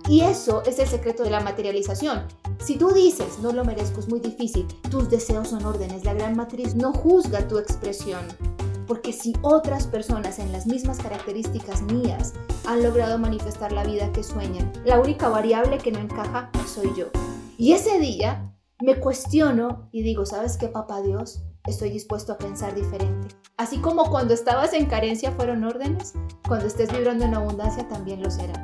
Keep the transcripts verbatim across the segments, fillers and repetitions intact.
Y eso es el secreto de la materialización. Si tú dices, no lo merezco, es muy difícil, tus deseos son órdenes, la gran matriz no juzga tu expresión. Porque si otras personas en las mismas características mías han logrado manifestar la vida que sueñan, la única variable que no encaja soy yo. Y ese día me cuestiono y digo, ¿sabes qué, papá Dios? Estoy dispuesto a pensar diferente. Así como cuando estabas en carencia fueron órdenes, cuando estés vibrando en abundancia también lo será.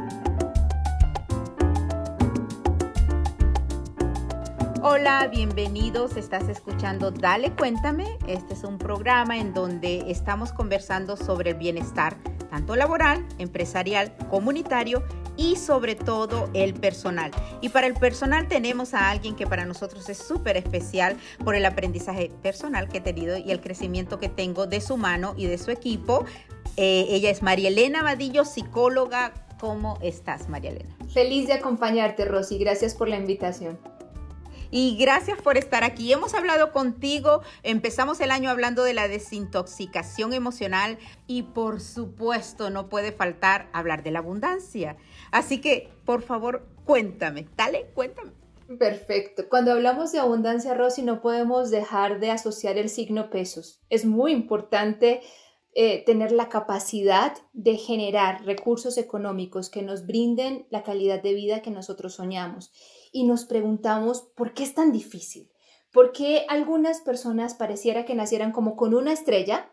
Hola, bienvenidos. Estás escuchando Dale Cuéntame. Este es un programa en donde estamos conversando sobre el bienestar, tanto laboral, empresarial, comunitario y sobre todo el personal. Y para el personal tenemos a alguien que para nosotros es súper especial por el aprendizaje personal que he tenido y el crecimiento que tengo de su mano y de su equipo. Eh, ella es María Elena Vadillo, psicóloga. ¿Cómo estás, María Elena? Feliz de acompañarte, Rosy. Gracias por la invitación. Y gracias por estar aquí. Hemos hablado contigo, empezamos el año hablando de la desintoxicación emocional y por supuesto no puede faltar hablar de la abundancia. Así que, por favor, cuéntame, dale, cuéntame. Perfecto. Cuando hablamos de abundancia, Rosy, no podemos dejar de asociar el signo pesos. Es muy importante eh, tener la capacidad de generar recursos económicos que nos brinden la calidad de vida que nosotros soñamos. Y nos preguntamos, ¿por qué es tan difícil? ¿Por qué algunas personas pareciera que nacieran como con una estrella,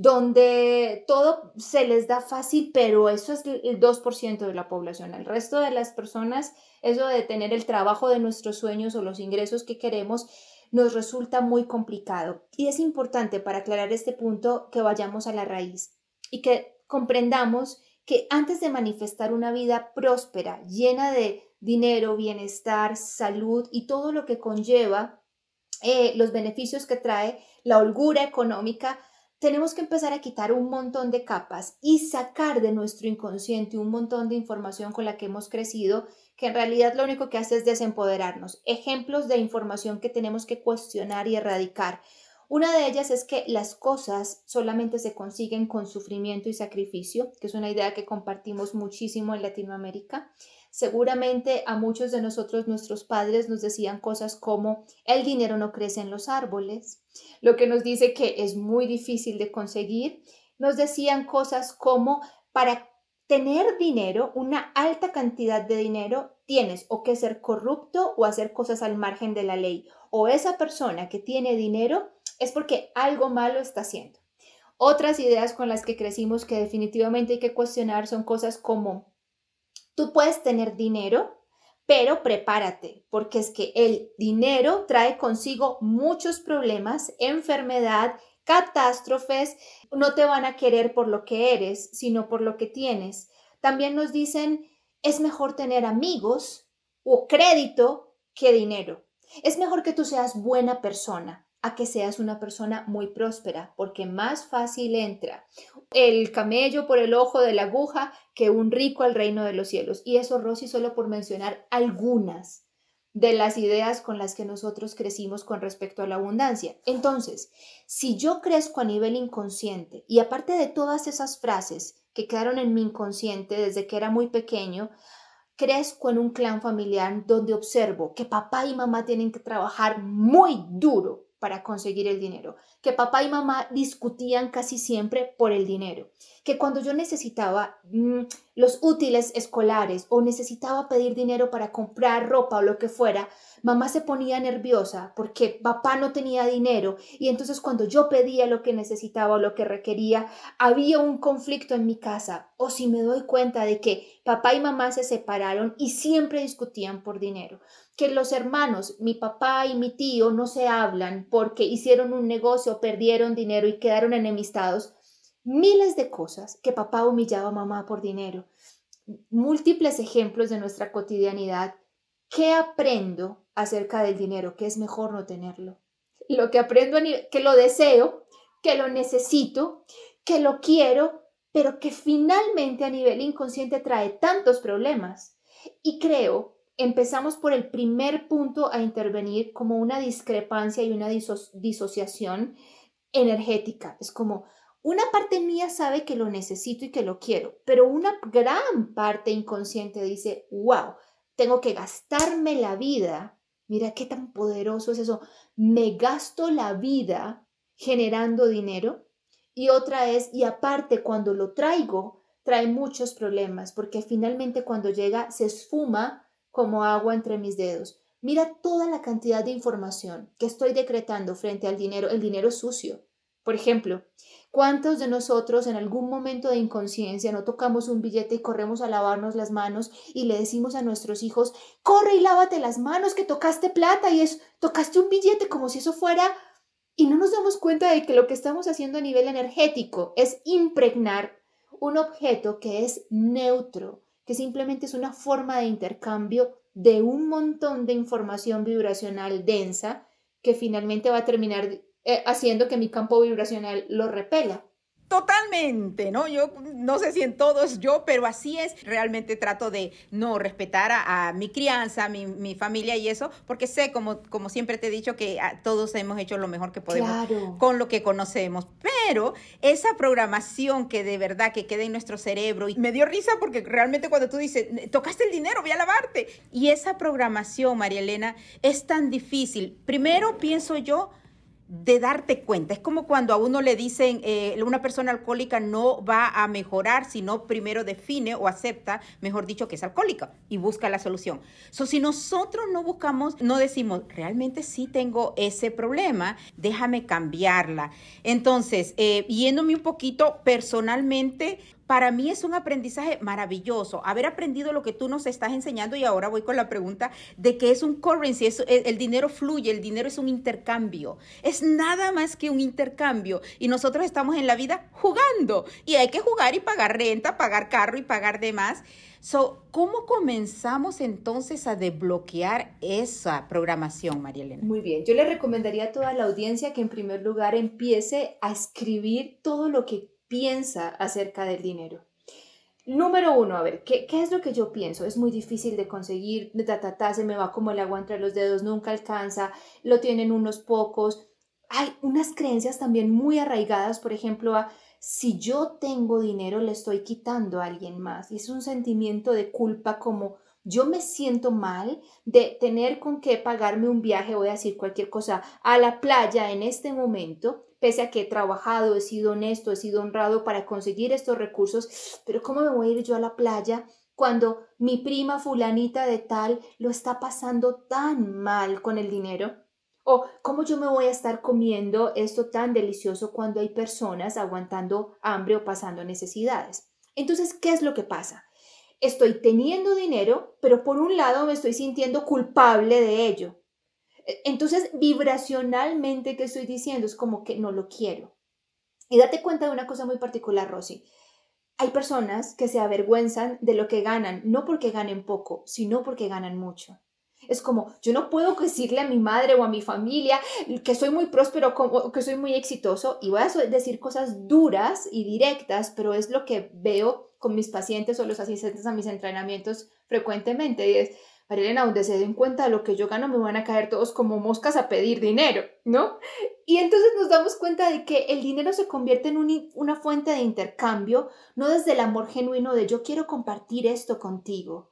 donde todo se les da fácil, pero eso es el dos por ciento de la población? El resto de las personas, eso de tener el trabajo de nuestros sueños o los ingresos que queremos, nos resulta muy complicado. Y es importante para aclarar este punto que vayamos a la raíz y que comprendamos que antes de manifestar una vida próspera, llena de dinero, bienestar, salud y todo lo que conlleva eh, los beneficios que trae la holgura económica, tenemos que empezar a quitar un montón de capas y sacar de nuestro inconsciente un montón de información con la que hemos crecido, que en realidad lo único que hace es desempoderarnos. Ejemplos de información que tenemos que cuestionar y erradicar. Una de ellas es que las cosas solamente se consiguen con sufrimiento y sacrificio, que es una idea que compartimos muchísimo en Latinoamérica. Seguramente a muchos de nosotros, nuestros padres nos decían cosas como el dinero no crece en los árboles, lo que nos dice que es muy difícil de conseguir. Nos decían cosas como para tener dinero, una alta cantidad de dinero, tienes o que ser corrupto o hacer cosas al margen de la ley. O esa persona que tiene dinero es porque algo malo está haciendo. Otras ideas con las que crecimos que definitivamente hay que cuestionar son cosas como tú puedes tener dinero, pero prepárate, porque es que el dinero trae consigo muchos problemas, enfermedad, catástrofes, no te van a querer por lo que eres, sino por lo que tienes. También nos dicen, es mejor tener amigos o crédito que dinero. Es mejor que tú seas buena persona a que seas una persona muy próspera, porque más fácil entra el camello por el ojo de la aguja que un rico al reino de los cielos. Y eso, Rosy, solo por mencionar algunas de las ideas con las que nosotros crecimos con respecto a la abundancia. Entonces, si yo crezco a nivel inconsciente y aparte de todas esas frases que quedaron en mi inconsciente desde que era muy pequeño, crezco en un clan familiar donde observo que papá y mamá tienen que trabajar muy duro para conseguir el dinero, que papá y mamá discutían casi siempre por el dinero, que cuando yo necesitaba mmm, los útiles escolares o necesitaba pedir dinero para comprar ropa o lo que fuera, mamá se ponía nerviosa porque papá no tenía dinero y entonces cuando yo pedía lo que necesitaba o lo que requería, había un conflicto en mi casa. O si me doy cuenta de que papá y mamá se separaron y siempre discutían por dinero, que los hermanos, mi papá y mi tío, no se hablan porque hicieron un negocio, perdieron dinero y quedaron enemistados. Miles de cosas que papá humillaba a mamá por dinero. Múltiples ejemplos de nuestra cotidianidad. ¿Qué aprendo acerca del dinero? Que es mejor no tenerlo. Lo que aprendo, que lo deseo, que lo necesito, que lo quiero, pero que finalmente a nivel inconsciente trae tantos problemas. Y creo empezamos por el primer punto a intervenir como una discrepancia y una diso- disociación energética. Es como, Una parte mía sabe que lo necesito y que lo quiero, pero una gran parte inconsciente dice, wow, tengo que gastarme la vida. Mira qué tan poderoso es eso. Me gasto la vida generando dinero. Y otra es, y aparte cuando lo traigo, trae muchos problemas, porque finalmente cuando llega se esfuma como agua entre mis dedos. Mira toda la cantidad de información que estoy decretando frente al dinero. El dinero es sucio. Por ejemplo, ¿cuántos de nosotros en algún momento de inconsciencia no tocamos un billete y corremos a lavarnos las manos y le decimos a nuestros hijos, corre y lávate las manos que tocaste plata y es, tocaste un billete como si eso fuera, y no nos damos cuenta de que lo que estamos haciendo a nivel energético es impregnar un objeto que es neutro, que simplemente es una forma de intercambio de un montón de información vibracional densa que finalmente va a terminar eh, haciendo que mi campo vibracional lo repela. Totalmente, ¿no? Yo no sé si en todo es yo, pero así es. Realmente trato de no respetar a, a mi crianza, a mi, mi familia y eso, porque sé, como, como siempre te he dicho, que a, todos hemos hecho lo mejor que podemos Claro. con lo que conocemos. Pero esa programación que de verdad que queda en nuestro cerebro, y me dio risa porque realmente cuando tú dices, tocaste el dinero, voy a lavarte. Y esa programación, María Elena, es tan difícil. Primero pienso yo, de darte cuenta. Es como cuando a uno le dicen eh, una persona alcohólica no va a mejorar si no primero define o acepta, mejor dicho, que es alcohólica y busca la solución. So, si nosotros no buscamos, no decimos, realmente sí tengo ese problema, déjame cambiarla. Entonces, eh, yéndome un poquito personalmente, para mí es un aprendizaje maravilloso, haber aprendido lo que tú nos estás enseñando, y ahora voy con la pregunta de qué es un currency. Es, el, el dinero fluye, el dinero es un intercambio, es nada más que un intercambio, y nosotros estamos en la vida jugando, y hay que jugar y pagar renta, pagar carro y pagar demás. So, ¿cómo comenzamos entonces a desbloquear esa programación, María Elena? Muy bien, yo le recomendaría a toda la audiencia que en primer lugar empiece a escribir todo lo que piensa acerca del dinero. Número uno, a ver, ¿qué, ¿qué es lo que yo pienso? Es muy difícil de conseguir, ta, ta, ta, se me va como el agua entre los dedos, nunca alcanza, lo tienen unos pocos. Hay unas creencias también muy arraigadas, por ejemplo, a si yo tengo dinero le estoy quitando a alguien más. Y es un sentimiento de culpa, como yo me siento mal de tener con qué pagarme un viaje, voy a decir cualquier cosa, a la playa en este momento, pese a que he trabajado, he sido honesto, he sido honrado para conseguir estos recursos, pero ¿cómo me voy a ir yo a la playa cuando mi prima fulanita de tal lo está pasando tan mal con el dinero? O ¿cómo yo me voy a estar comiendo esto tan delicioso cuando hay personas aguantando hambre o pasando necesidades? Entonces, ¿qué es lo que pasa? Estoy teniendo dinero, pero por un lado me estoy sintiendo culpable de ello. Entonces, vibracionalmente, ¿qué estoy diciendo? Es como que no lo quiero. Y date cuenta de una cosa muy particular, Rosy. Hay personas que se avergüenzan de lo que ganan, no porque ganen poco, sino porque ganan mucho. Es como, yo no puedo decirle a mi madre o a mi familia que soy muy próspero, que soy muy exitoso, y voy a decir cosas duras y directas, pero es lo que veo con mis pacientes o los asistentes a mis entrenamientos frecuentemente, y es, María Elena, donde se den cuenta de lo que yo gano, me van a caer todos como moscas a pedir dinero, ¿no? Y entonces nos damos cuenta de que el dinero se convierte en un, una fuente de intercambio, no desde el amor genuino de yo quiero compartir esto contigo,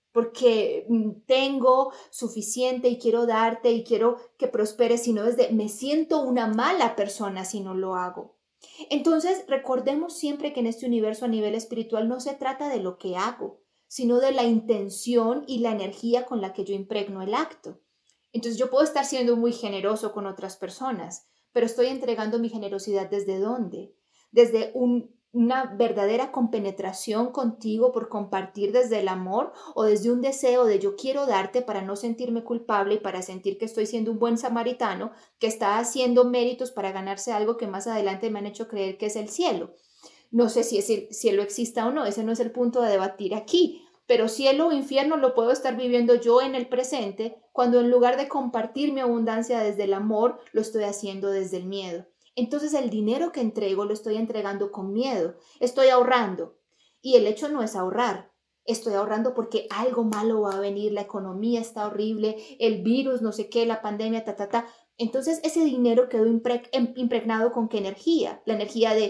porque tengo suficiente y quiero darte y quiero que prosperes, sino desde me siento una mala persona si no lo hago. Entonces, recordemos siempre que en este universo a nivel espiritual no se trata de lo que hago, sino de la intención y la energía con la que yo impregno el acto. Entonces, yo puedo estar siendo muy generoso con otras personas, pero estoy entregando mi generosidad ¿desde dónde? Desde un una verdadera compenetración contigo por compartir desde el amor, o desde un deseo de yo quiero darte para no sentirme culpable y para sentir que estoy siendo un buen samaritano que está haciendo méritos para ganarse algo que más adelante me han hecho creer que es el cielo. No sé si el cielo exista o no, ese no es el punto de debatir aquí, pero cielo o infierno lo puedo estar viviendo yo en el presente cuando en lugar de compartir mi abundancia desde el amor, lo estoy haciendo desde el miedo. Entonces el dinero que entrego lo estoy entregando con miedo, estoy ahorrando. Y el hecho no es ahorrar, estoy ahorrando porque algo malo va a venir, la economía está horrible, el virus, no sé qué, la pandemia, ta, ta, ta. Entonces ese dinero quedó impregnado con qué energía, la energía de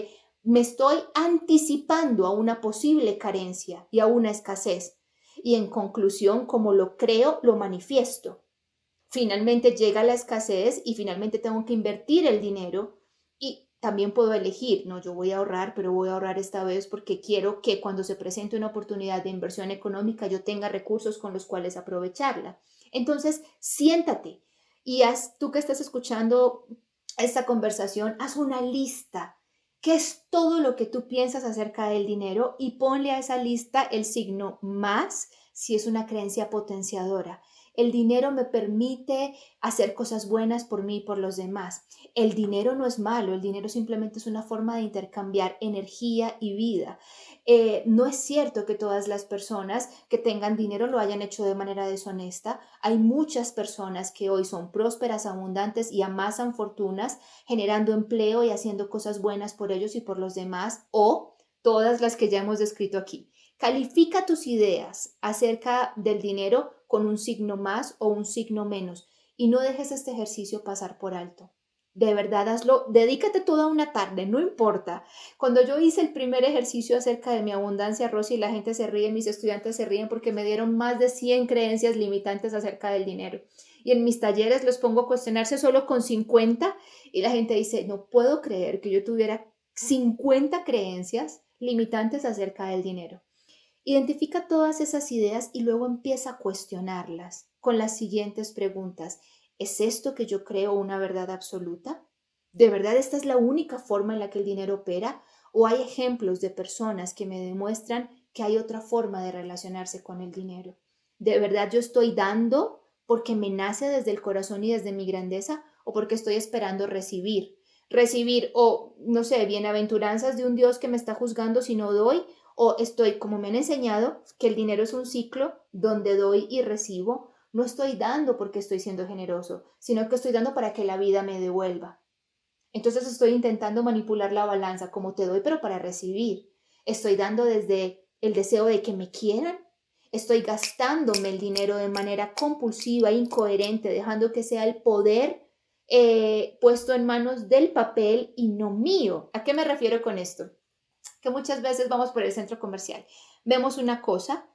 Me estoy anticipando a una posible carencia y a una escasez. Y en conclusión, como lo creo, lo manifiesto. Finalmente llega la escasez y finalmente tengo que invertir el dinero y también puedo elegir, no, yo voy a ahorrar, pero voy a ahorrar esta vez porque quiero que cuando se presente una oportunidad de inversión económica yo tenga recursos con los cuales aprovecharla. Entonces, siéntate y haz, tú que estás escuchando esta conversación, haz una lista. ¿Qué es todo lo que tú piensas acerca del dinero? Y ponle a esa lista el signo más si es una creencia potenciadora. El dinero me permite hacer cosas buenas por mí y por los demás. El dinero no es malo, el dinero simplemente es una forma de intercambiar energía y vida. Eh, no es cierto que todas las personas que tengan dinero lo hayan hecho de manera deshonesta. Hay muchas personas que hoy son prósperas, abundantes y amasan fortunas, generando empleo y haciendo cosas buenas por ellos y por los demás, o todas las que ya hemos descrito aquí. Califica tus ideas acerca del dinero con un signo más o un signo menos y no dejes este ejercicio pasar por alto. De verdad, hazlo, dedícate toda una tarde, no importa. Cuando yo hice el primer ejercicio acerca de mi abundancia, Rosy, la gente se ríe, mis estudiantes se ríen porque me dieron más de cien creencias limitantes acerca del dinero. Y en mis talleres los pongo a cuestionarse solo con cincuenta y la gente dice, no puedo creer que yo tuviera cincuenta creencias limitantes acerca del dinero. Identifica todas esas ideas y luego empieza a cuestionarlas con las siguientes preguntas. ¿Es esto que yo creo una verdad absoluta? ¿De verdad esta es la única forma en la que el dinero opera? ¿O hay ejemplos de personas que me demuestran que hay otra forma de relacionarse con el dinero? ¿De verdad yo estoy dando porque me nace desde el corazón y desde mi grandeza o porque estoy esperando recibir? Recibir o, no sé, bienaventuranzas de un Dios que me está juzgando si no doy. O estoy, como me han enseñado, que el dinero es un ciclo donde doy y recibo. No estoy dando porque estoy siendo generoso, sino que estoy dando para que la vida me devuelva. Entonces estoy intentando manipular la balanza como te doy, pero para recibir. Estoy dando desde el deseo de que me quieran. Estoy gastándome el dinero de manera compulsiva, incoherente, dejando que sea el poder eh, puesto en manos del papel y no mío. ¿A qué me refiero con esto? Que muchas veces vamos por el centro comercial, vemos una cosa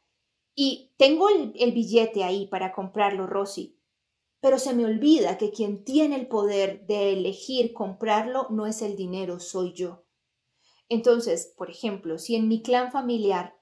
y tengo el, el billete ahí para comprarlo, Rosy, pero se me olvida que quien tiene el poder de elegir comprarlo no es el dinero, soy yo. Entonces, por ejemplo, si en mi clan familiar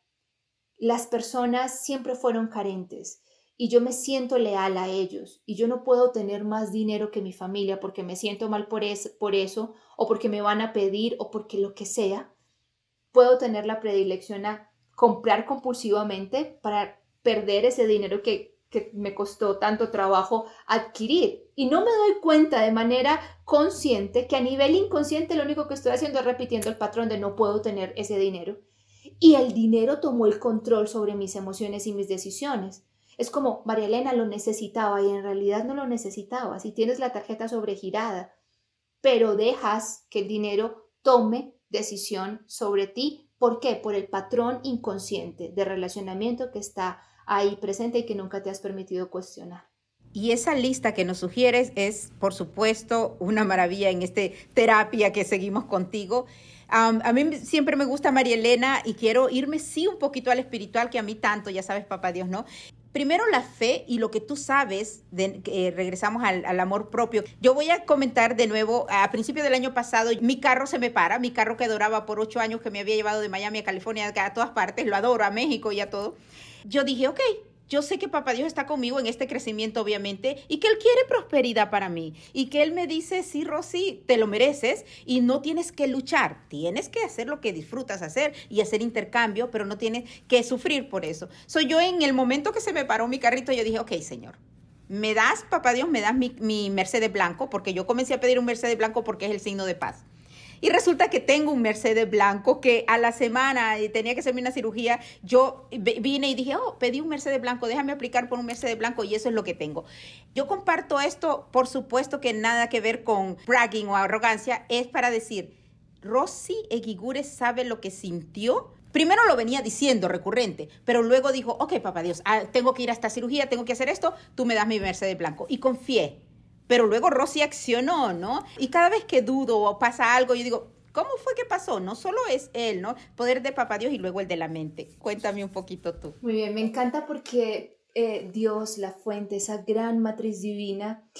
las personas siempre fueron carentes y yo me siento leal a ellos y yo no puedo tener más dinero que mi familia porque me siento mal por, es, por eso o porque me van a pedir o porque lo que sea, puedo tener la predilección a comprar compulsivamente para perder ese dinero que, que me costó tanto trabajo adquirir. Y no me doy cuenta de manera consciente que a nivel inconsciente lo único que estoy haciendo es repitiendo el patrón de no puedo tener ese dinero. Y el dinero tomó el control sobre mis emociones y mis decisiones. Es como, María Elena lo necesitaba y en realidad no lo necesitaba. Si tienes la tarjeta sobregirada, pero dejas que el dinero tome decisión sobre ti. ¿Por qué? Por el patrón inconsciente de relacionamiento que está ahí presente y que nunca te has permitido cuestionar. Y esa lista que nos sugieres es, por supuesto, una maravilla en esta terapia que seguimos contigo. Um, a mí siempre me gusta María Elena y quiero irme sí un poquito al espiritual, que a mí tanto, ya sabes, papá Dios, ¿no? Primero la fe y lo que tú sabes, de, eh, regresamos al, al amor propio. Yo voy a comentar de nuevo, a principios del año pasado, mi carro se me para, mi carro que adoraba por ocho años, que me había llevado de Miami a California, a todas partes, lo adoro, a México y a todo. Yo dije, ok, yo sé que papá Dios está conmigo en este crecimiento, obviamente, y que Él quiere prosperidad para mí. Y que Él me dice, sí, Rosy, te lo mereces y no tienes que luchar. Tienes que hacer lo que disfrutas hacer y hacer intercambio, pero no tienes que sufrir por eso. Soy yo en el momento que se me paró mi carrito, yo dije, ok, Señor, me das, papá Dios, me das mi, mi Mercedes blanco, porque yo comencé a pedir un Mercedes blanco porque es el signo de paz. Y resulta que tengo un Mercedes blanco que a la semana y tenía que hacerme una cirugía. Yo vine y dije, oh, pedí un Mercedes blanco, déjame aplicar por un Mercedes blanco y eso es lo que tengo. Yo comparto esto, por supuesto que nada que ver con bragging o arrogancia, es para decir, Rosy Eguigure sabe lo que sintió. Primero lo venía diciendo recurrente, pero luego dijo, ok, papá Dios, ah, tengo que ir a esta cirugía, tengo que hacer esto, tú me das mi Mercedes blanco. Y confié. Pero luego Rosy accionó, ¿no? Y cada vez que dudo o pasa algo, yo digo, ¿Cómo fue que pasó? No solo es él, ¿no? Poder de Papá Dios y luego el de la mente. Cuéntame un poquito tú. Muy bien, me encanta porque eh, Dios, la fuente, esa gran matriz divina,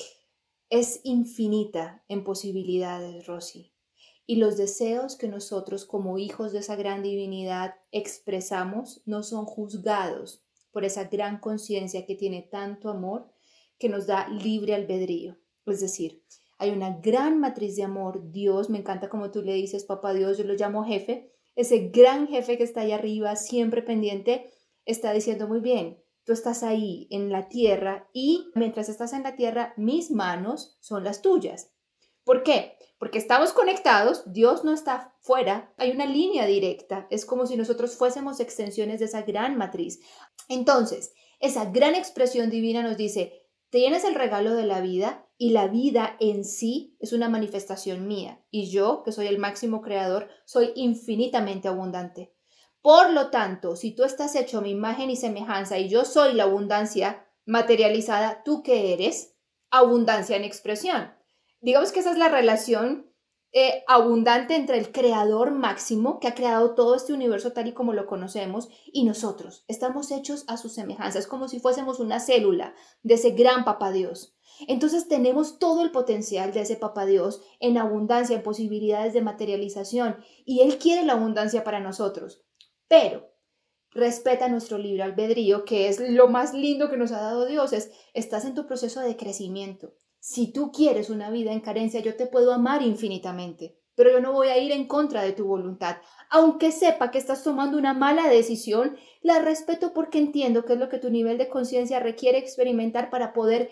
es infinita en posibilidades, Rosy. Y los deseos que nosotros como hijos de esa gran divinidad expresamos no son juzgados por esa gran conciencia que tiene tanto amor que nos da libre albedrío. Es decir, hay una gran matriz de amor, Dios, me encanta como tú le dices, Papá Dios, yo lo llamo jefe, ese gran jefe que está ahí arriba, siempre pendiente, está diciendo muy bien, tú estás ahí en la tierra y mientras estás en la tierra, mis manos son las tuyas. ¿Por qué? Porque estamos conectados, Dios no está fuera, hay una línea directa, es como si nosotros fuésemos extensiones de esa gran matriz. Entonces, esa gran expresión divina nos dice, tienes el regalo de la vida y la vida en sí es una manifestación mía y yo, que soy el máximo creador, soy infinitamente abundante. Por lo tanto, si tú estás hecho a mi imagen y semejanza y yo soy la abundancia materializada, ¿tú qué eres? Abundancia en expresión. Digamos que esa es la relación eh, abundante entre el creador máximo que ha creado todo este universo tal y como lo conocemos y nosotros. Estamos hechos a su semejanza. Es como si fuésemos una célula de ese gran Papá Dios. Entonces tenemos todo el potencial de ese Papá Dios en abundancia, en posibilidades de materialización y Él quiere la abundancia para nosotros. Pero respeta nuestro libre albedrío, que es lo más lindo que nos ha dado Dios. Es, estás en tu proceso de crecimiento. Si tú quieres una vida en carencia, yo te puedo amar infinitamente, pero yo no voy a ir en contra de tu voluntad. Aunque sepa que estás tomando una mala decisión, la respeto porque entiendo que es lo que tu nivel de conciencia requiere experimentar para poder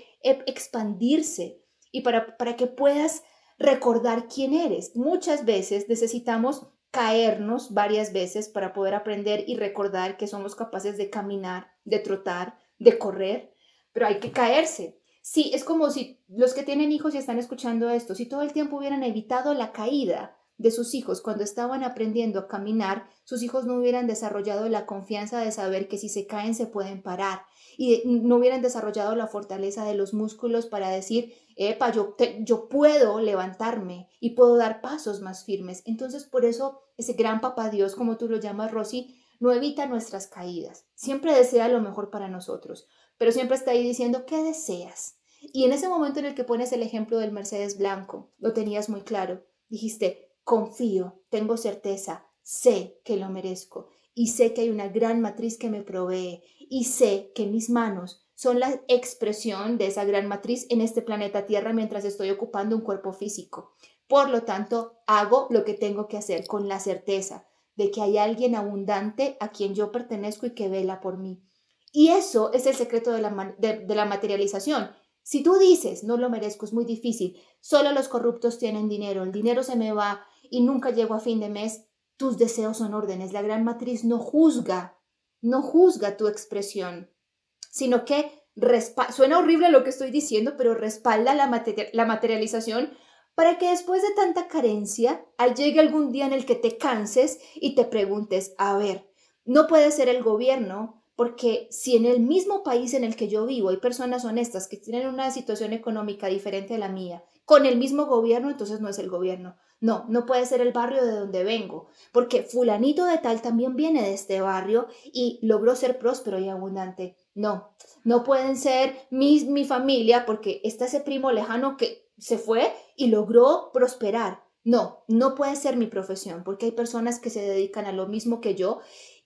expandirse y para, para que puedas recordar quién eres. Muchas veces necesitamos caernos varias veces para poder aprender y recordar que somos capaces de caminar, de trotar, de correr, pero hay que caerse. Sí, es como si los que tienen hijos y están escuchando esto, si todo el tiempo hubieran evitado la caída de sus hijos cuando estaban aprendiendo a caminar, sus hijos no hubieran desarrollado la confianza de saber que si se caen se pueden parar y no hubieran desarrollado la fortaleza de los músculos para decir, epa, yo, te, yo puedo levantarme y puedo dar pasos más firmes. Entonces, por eso ese gran Papá Dios, como tú lo llamas, Rosy, no evita nuestras caídas. Siempre desea lo mejor para nosotros, pero siempre está ahí diciendo, ¿qué deseas? Y en ese momento en el que pones el ejemplo del Mercedes blanco, lo tenías muy claro. Dijiste, confío, tengo certeza, sé que lo merezco y sé que hay una gran matriz que me provee y sé que mis manos son la expresión de esa gran matriz en este planeta Tierra mientras estoy ocupando un cuerpo físico. Por lo tanto, hago lo que tengo que hacer con la certeza de que hay alguien abundante a quien yo pertenezco y que vela por mí. Y eso es el secreto de la, de, de la materialización. Si tú dices, no lo merezco, es muy difícil, solo los corruptos tienen dinero, el dinero se me va y nunca llego a fin de mes, tus deseos son órdenes. La gran matriz no juzga, no juzga tu expresión, sino que respa- suena horrible lo que estoy diciendo, pero respalda la, mater- la materialización para que después de tanta carencia, llegue algún día en el que te canses y te preguntes, a ver, no puede ser el gobierno. Porque si en el mismo país en el que yo vivo hay personas honestas que tienen una situación económica diferente a la mía, con el mismo gobierno, entonces no es el gobierno. No, no puede ser el barrio de donde vengo, porque fulanito de tal también viene de este barrio y logró ser próspero y abundante. No, no pueden ser mi, mi familia porque está ese primo lejano que se fue y logró prosperar. No, no puede ser mi profesión, porque hay personas que se dedican a lo mismo que yo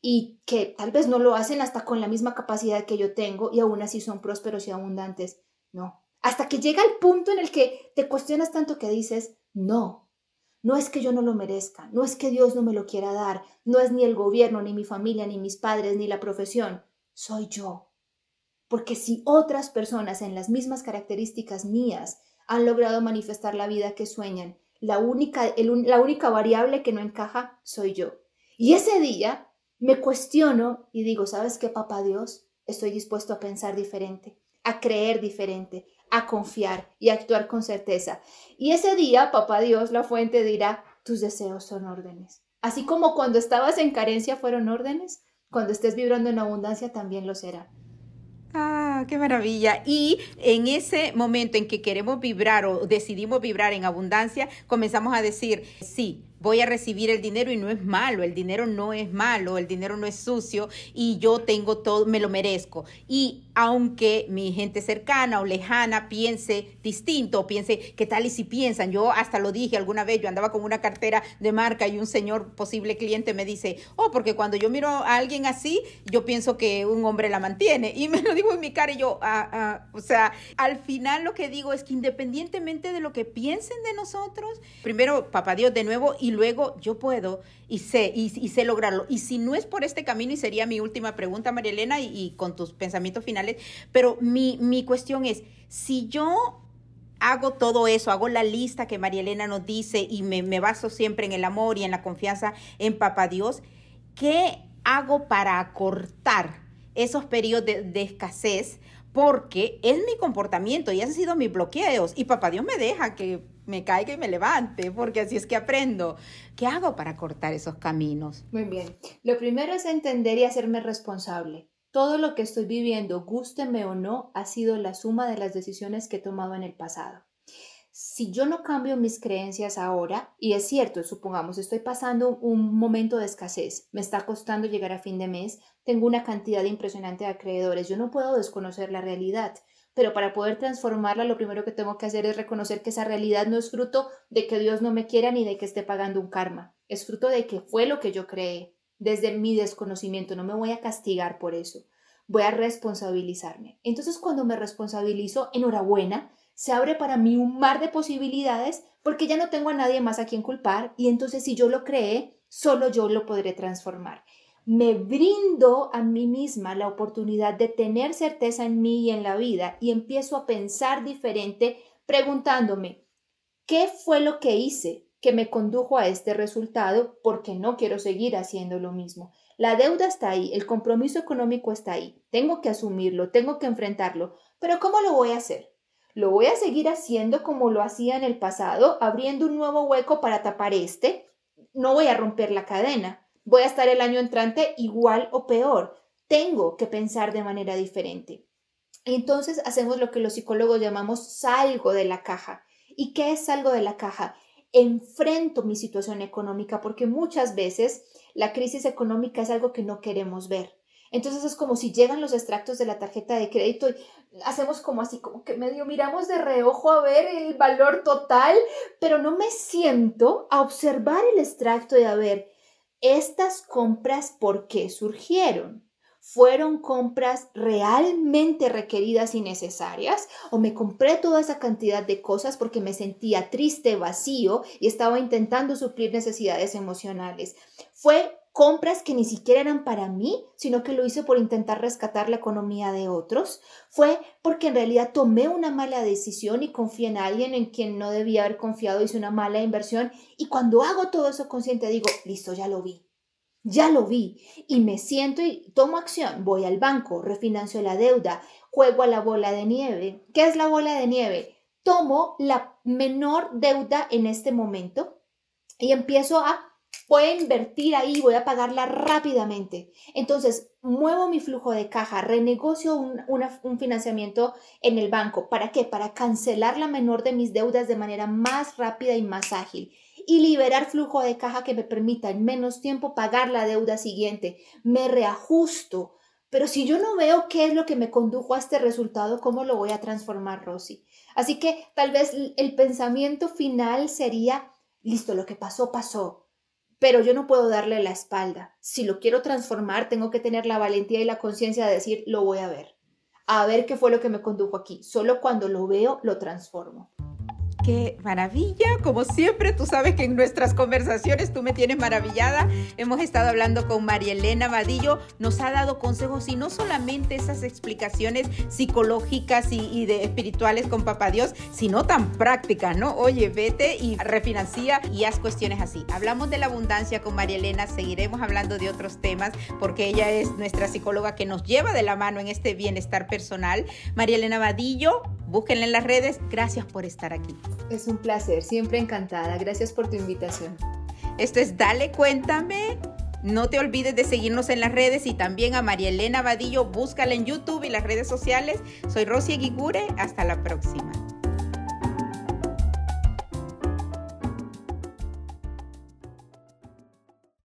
y que tal vez no lo hacen hasta con la misma capacidad que yo tengo y aún así son prósperos y abundantes. No, hasta que llega el punto en el que te cuestionas tanto que dices, no, no es que yo no lo merezca, no es que Dios no me lo quiera dar, no es ni el gobierno, ni mi familia, ni mis padres, ni la profesión, soy yo. Porque si otras personas en las mismas características mías han logrado manifestar la vida que sueñan, la única, el, la única variable que no encaja soy yo. Y ese día me cuestiono y digo, ¿sabes qué, Papá Dios? Estoy dispuesto a pensar diferente, a creer diferente, a confiar y a actuar con certeza. Y ese día, Papá Dios, la fuente, dirá, tus deseos son órdenes. Así como cuando estabas en carencia fueron órdenes, cuando estés vibrando en abundancia también lo será. Ah, qué maravilla. Y en ese momento en que queremos vibrar o decidimos vibrar en abundancia, comenzamos a decir, sí, voy a recibir el dinero y no es malo, el dinero no es malo, el dinero no es sucio y yo tengo todo, me lo merezco. Y aunque mi gente cercana o lejana piense distinto, piense, ¿qué tal y si piensan? Yo hasta lo dije alguna vez, yo andaba con una cartera de marca y un señor posible cliente me dice, oh, porque cuando yo miro a alguien así, yo pienso que un hombre la mantiene. Y me lo dijo en mi cara y yo, ah, ah, o sea, al final lo que digo es que independientemente de lo que piensen de nosotros, primero, papá Dios de nuevo, y luego yo puedo y sé, y, y sé lograrlo. Y si no es por este camino, y sería mi última pregunta, María Elena, y, y con tus pensamientos finales, pero mi, mi cuestión es, si yo hago todo eso, hago la lista que María Elena nos dice y me, me baso siempre en el amor y en la confianza en papá Dios, ¿qué hago para acortar esos periodos de, de escasez? Porque es mi comportamiento y esos han sido mis bloqueos. Y papá Dios me deja que me caiga y me levante, porque así es que aprendo. ¿Qué hago para cortar esos caminos? Muy bien. Lo primero es entender y hacerme responsable. Todo lo que estoy viviendo, gústeme o no, ha sido la suma de las decisiones que he tomado en el pasado. Si yo no cambio mis creencias ahora, y es cierto, supongamos, estoy pasando un momento de escasez, me está costando llegar a fin de mes, tengo una cantidad impresionante de acreedores, yo no puedo desconocer la realidad, pero para poder transformarla, lo primero que tengo que hacer es reconocer que esa realidad no es fruto de que Dios no me quiera ni de que esté pagando un karma, es fruto de que fue lo que yo creé desde mi desconocimiento, no me voy a castigar por eso, voy a responsabilizarme. Entonces, cuando me responsabilizo, enhorabuena, se abre para mí un mar de posibilidades porque ya no tengo a nadie más a quien culpar y entonces si yo lo creé, solo yo lo podré transformar. Me brindo a mí misma la oportunidad de tener certeza en mí y en la vida y empiezo a pensar diferente preguntándome, ¿qué fue lo que hice que me condujo a este resultado? Porque no quiero seguir haciendo lo mismo. La deuda está ahí, el compromiso económico está ahí, tengo que asumirlo, tengo que enfrentarlo, pero ¿cómo lo voy a hacer? ¿Lo voy a seguir haciendo como lo hacía en el pasado, abriendo un nuevo hueco para tapar este? No voy a romper la cadena. Voy a estar el año entrante igual o peor. Tengo que pensar de manera diferente. Entonces hacemos lo que los psicólogos llamamos salgo de la caja. ¿Y qué es salgo de la caja? Enfrento mi situación económica porque muchas veces la crisis económica es algo que no queremos ver. Entonces es como si llegan los extractos de la tarjeta de crédito y hacemos como así, como que medio miramos de reojo a ver el valor total, pero no me siento a observar el extracto y a ver, estas compras, ¿por qué surgieron? ¿Fueron compras realmente requeridas y necesarias? ¿O me compré toda esa cantidad de cosas porque me sentía triste, vacío y estaba intentando suplir necesidades emocionales? ¿Fue compras que ni siquiera eran para mí, sino que lo hice por intentar rescatar la economía de otros? ¿Fue porque en realidad tomé una mala decisión y confié en alguien en quien no debía haber confiado, hice una mala inversión? Y cuando hago todo eso consciente digo, listo, ya lo vi. Ya lo vi y me siento y tomo acción, voy al banco, refinancio la deuda, juego a la bola de nieve. ¿Qué es la bola de nieve? Tomo la menor deuda en este momento y empiezo a, voy a invertir ahí, voy a pagarla rápidamente. Entonces, muevo mi flujo de caja, renegocio un, una, un financiamiento en el banco. ¿Para qué? Para cancelar la menor de mis deudas de manera más rápida y más ágil. Y liberar flujo de caja que me permita en menos tiempo pagar la deuda siguiente. Me reajusto. Pero si yo no veo qué es lo que me condujo a este resultado, ¿cómo lo voy a transformar, Rosy? Así que tal vez el pensamiento final sería, listo, lo que pasó, pasó. Pero yo no puedo darle la espalda. Si lo quiero transformar, tengo que tener la valentía y la conciencia de decir, lo voy a ver. A ver qué fue lo que me condujo aquí. Solo cuando lo veo, lo transformo. ¡Qué maravilla! Como siempre, tú sabes que en nuestras conversaciones tú me tienes maravillada. Hemos estado hablando con María Elena Vadillo, nos ha dado consejos y no solamente esas explicaciones psicológicas y, y de espirituales con Papá Dios, sino tan prácticas, ¿no? Oye, vete y refinancia y haz cuestiones así. Hablamos de la abundancia con María Elena, seguiremos hablando de otros temas porque ella es nuestra psicóloga que nos lleva de la mano en este bienestar personal. María Elena Vadillo, búsquenla en las redes. Gracias por estar aquí. Es un placer, siempre encantada. Gracias por tu invitación. Esto es Dale Cuéntame. No te olvides de seguirnos en las redes y también a María Elena Vadillo. Búscala en YouTube y las redes sociales. Soy Rosy Eguigure. Hasta la próxima.